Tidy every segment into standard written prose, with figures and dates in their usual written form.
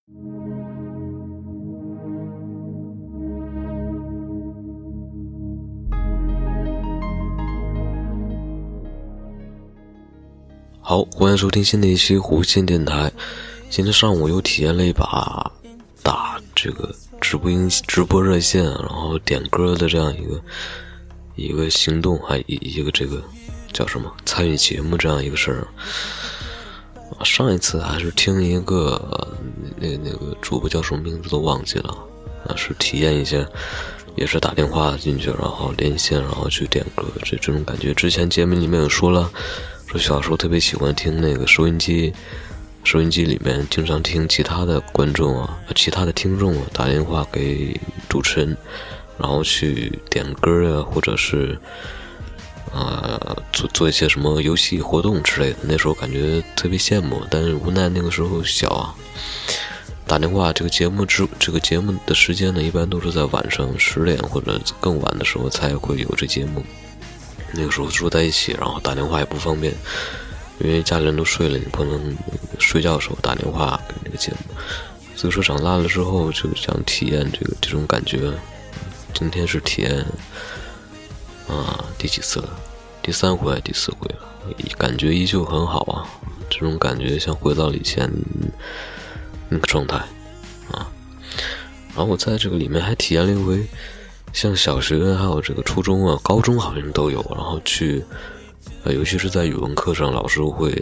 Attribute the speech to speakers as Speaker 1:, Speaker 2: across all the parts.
Speaker 1: 好，欢迎收听新的一期弧线电台。今天上午又体验了一把打这个直播热线，然后点歌的这样一个行动，还一个这个叫什么参与节目这样一个事儿。上一次还是听一个那个主播叫什么名字都忘记了是体验一下，也是打电话进去，然后连线，然后去点歌，这种感觉。之前节目里面有说了。说小时候特别喜欢听那个收音机里面经常听其他的观众其他的听众打电话给主持人，然后去点歌或者是做一些什么游戏活动之类的。那时候感觉特别羡慕，但是无奈那个时候小打电话这个节目的时间呢，一般都是在晚上10点或者更晚的时候才会有这节目。那个时候住在一起，然后打电话也不方便，因为家里人都睡了，你不能睡觉的时候打电话给那个节目。所以说长大了之后就想体验这种感觉。今天是体验第几次了？第3回还是第4回了？感觉依旧很好这种感觉像回到了以前那个状态然后我在这个里面还体验了一回。像小学还有这个初中高中好像都有，然后去尤其是在语文课上，老师会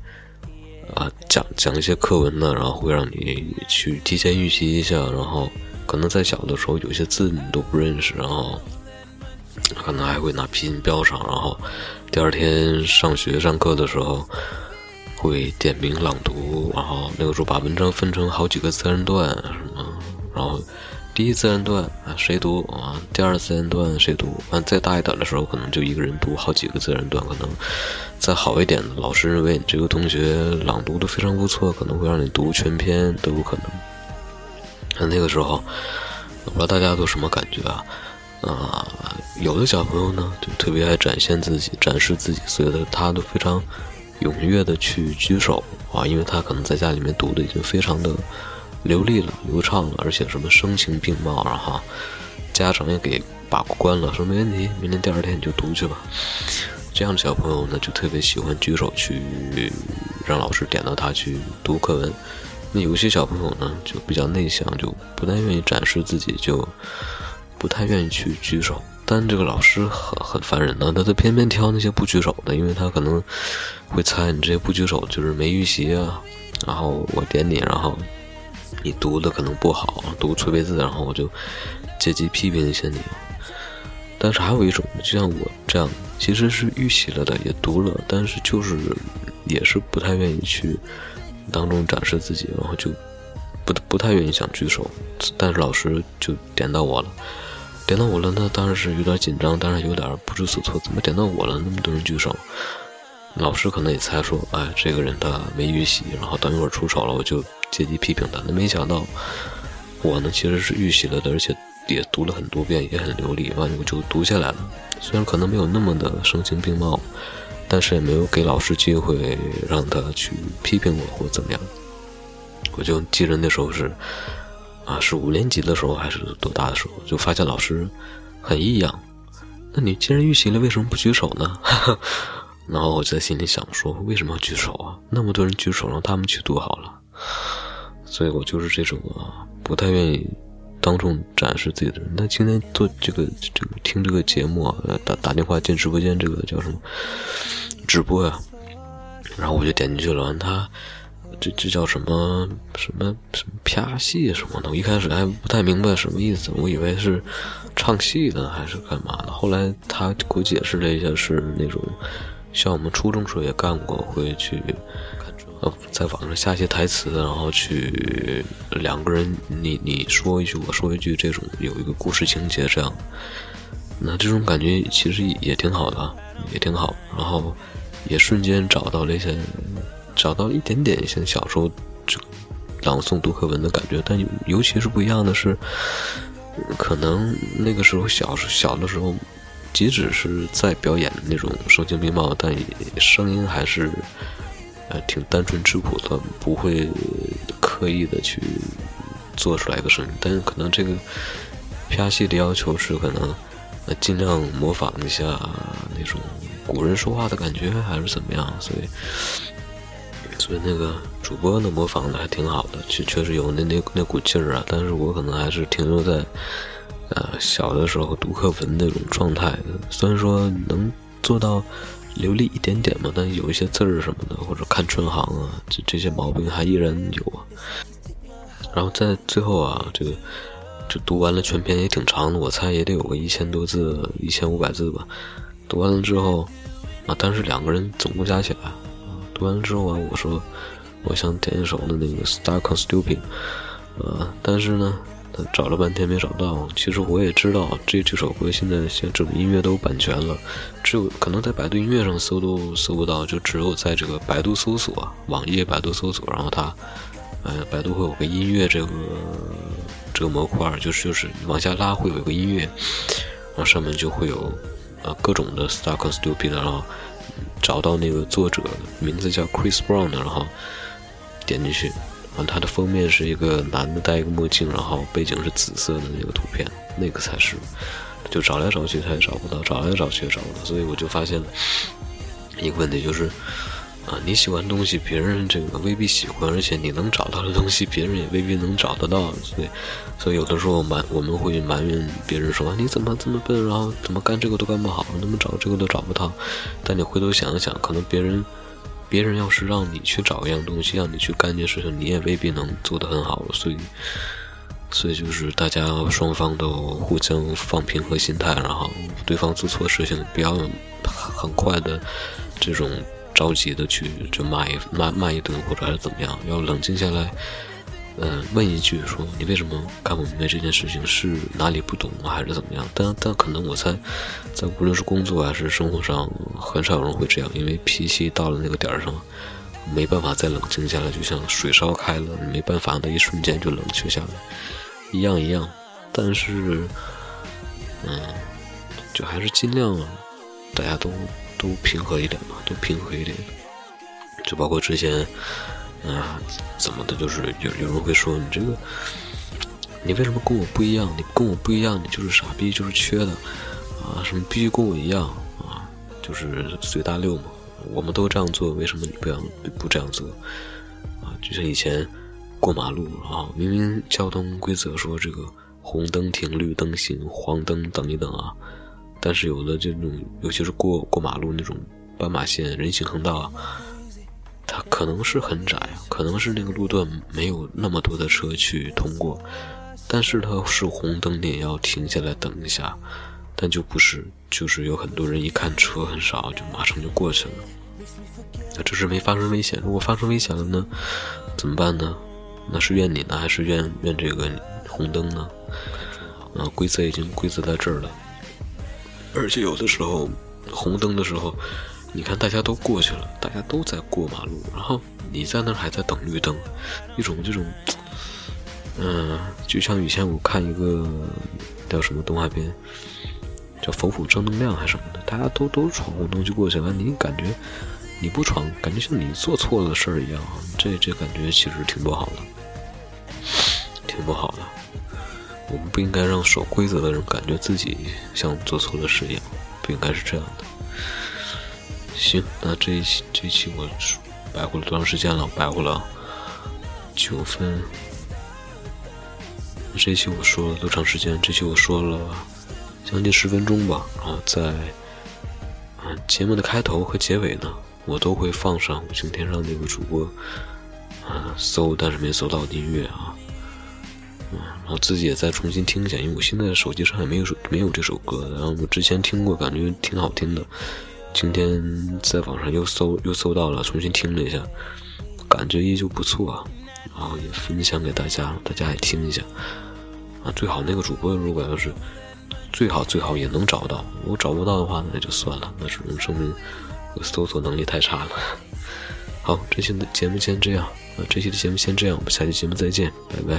Speaker 1: 讲一些课文呢，然后会让你去提前预习一下，然后可能在小的时候有些字你都不认识，然后可能还会拿皮筋标上，然后第二天上课的时候会点名朗读，然后那个时候把文章分成好几个自然段什么，然后第一自然段谁读第二自然段谁读再大一点的时候可能就一个人读好几个自然段，可能再好一点的老师认为你这个同学朗读的非常不错，可能会让你读全篇都有可能。那个时候我不知道大家都什么感觉有的小朋友呢就特别爱展示自己，所以他都非常踊跃的去举手因为他可能在家里面读的已经非常的流利了，流畅了，而且什么声情并茂，然后家长也给把关了，说没问题，明天第二天你就读去吧。这样的小朋友呢就特别喜欢举手去让老师点到他去读课文。那有些小朋友呢就比较内向，就不太愿意展示自己，就不太愿意去举手。但这个老师很烦人呢，他偏偏挑那些不举手的，因为他可能会猜你这些不举手就是没预习然后我点你，然后你读的可能不好，读错别字，然后我就借机批评一下你。但是还有一种就像我这样其实是预习了的，也读了，但是就是也是不太愿意去当众展示自己，然后就不太愿意想举手。但是老师就点到我了，那当然是有点紧张，当然有点不知所措，怎么点到我了，那么多人举手。老师可能也猜说这个人他没预习，然后等一会儿出手了我就借机批评他。那没想到我呢其实是预习了的，而且也读了很多遍，也很流利，我就读下来了。虽然可能没有那么的声情并茂，但是也没有给老师机会让他去批评我或怎么样。我就记得那时候是5年级的时候还是多大的时候，就发现老师很异样，那你既然预习了为什么不举手呢？然后我在心里想说，为什么要举手那么多人举手，让他们去读好了。所以我就是这种不太愿意当众展示自己的人。那今天做这个听这个节目打电话进直播间，这个叫什么直播然后我就点进去了，他这叫什么啪戏什么的，我一开始还不太明白什么意思，我以为是唱戏的还是干嘛的。后来他给我解释了一下，是那种像我们初中时候也干过，会去在网上下一些台词，然后去两个人你说一句我说一句，这种有一个故事情节这样。那这种感觉其实也挺好的，也挺好。然后也瞬间找到一点点像小时候这个朗诵读课文的感觉。但尤其是不一样的是，可能那个时候小的时候即使是在表演那种声情并茂，但声音还是挺单纯质朴的，不会刻刻意的去做出来一个声音，但是可能这个啪戏的要求是可能尽量模仿一下那种古人说话的感觉，还是怎么样，所以那个主播呢模仿的还挺好的，确实有那股劲儿啊，但是我可能还是停留在小的时候读课文那种状态的，虽然说能做到流利一点点嘛，但有一些字儿什么的，或者看春行啊，这些毛病还依然有啊。然后在最后啊，这读完了全篇也挺长的，我猜也得有个1000多字，1500字吧。读完了之后啊，但是2个人总共加起来读完了之后啊，我说我想点一首的那个 Stuck on Stupid， 但是呢找了半天没找到。其实我也知道这首歌现在这种音乐都有版权了，只有可能在百度音乐上搜都搜不到，就只有在这个百度搜索，网页百度搜索，然后它百度会有个音乐这个模块，就是往下拉会有一个音乐，然后上面就会有各种的 Stuck on Stupid， 然后找到那个作者名字叫 Chris Brown 的，然后点进去，然后它的封面是一个男的戴一个墨镜，然后背景是紫色的那个图片，那个才是，就找来找去他也找不到，找来找去也找不到，所以我就发现了一个问题，就是你喜欢的东西别人这个未必喜欢，而且你能找到的东西别人也未必能找得到，所以有的时候我们会埋怨别人说你怎么这么笨，然后怎么干这个都干不好，怎么找这个都找不到。但你回头想一想，可能别人要是让你去找一样东西，让你去干一件事情，你也未必能做得很好，所以就是大家双方都互相放平和心态，然后对方做错事情不要很快的这种着急的去就骂一顿，或者还是怎么样，要冷静下来，问一句说你为什么看不明白这件事情，是哪里不懂还是怎么样？但可能我猜，在无论是工作还是生活上，很少有人会这样，因为脾气到了那个点上，没办法再冷静下来，就像水烧开了，没办法的一瞬间就冷却下来，一样。但是，就还是尽量大家都平和一点吧，都平和一点。就包括之前怎么的，就是有人会说你这个，你为什么跟我不一样？你跟我不一样，你就是傻逼，就是缺的什么必须跟我一样就是随大溜嘛。我们都这样做，为什么你不这样做就像以前过马路明明交通规则说这个红灯停，绿灯行，黄灯等一等但是有的这种，尤其是过马路那种斑马线人行横道它可能是很窄，可能是那个路段没有那么多的车去通过，但是它是红灯，你也要停下来等一下。但就不是，就是有很多人一看车很少，就马上就过去了。那这是没发生危险，如果发生危险了呢，怎么办呢？那是怨你呢，还是怨这个红灯呢？规则已经规则在这儿了。而且有的时候红灯的时候，你看大家都过去了，大家都在过马路，然后你在那儿还在等绿灯，一种这种就像以前我看一个叫什么动画片，叫否否正能量还是什么的，大家都闯红灯就过去了，你感觉你不闯，感觉像你做错了事儿一样，这感觉其实挺不好的。我们不应该让守规则的人感觉自己像做错了事一样，不应该是这样的。行，那这一期我白活了多长时间了？白活了9分。这一期我说了多长时间？这期我说了将近10分钟吧。然后在节目的开头和结尾呢，我都会放上五星天上那个主播搜，但是没搜到的音乐然后自己也再重新听一下，因为我现在手机上也没有这首歌，然后我之前听过，感觉挺好听的。今天在网上又搜到了，重新听了一下，感觉依旧不错然后也分享给大家，大家也听一下最好那个主播如果要是最好也能找到，如果找不到的话那就算了，那只能证明我搜索能力太差了。好，这期的节目先这样我们下期节目再见，拜拜。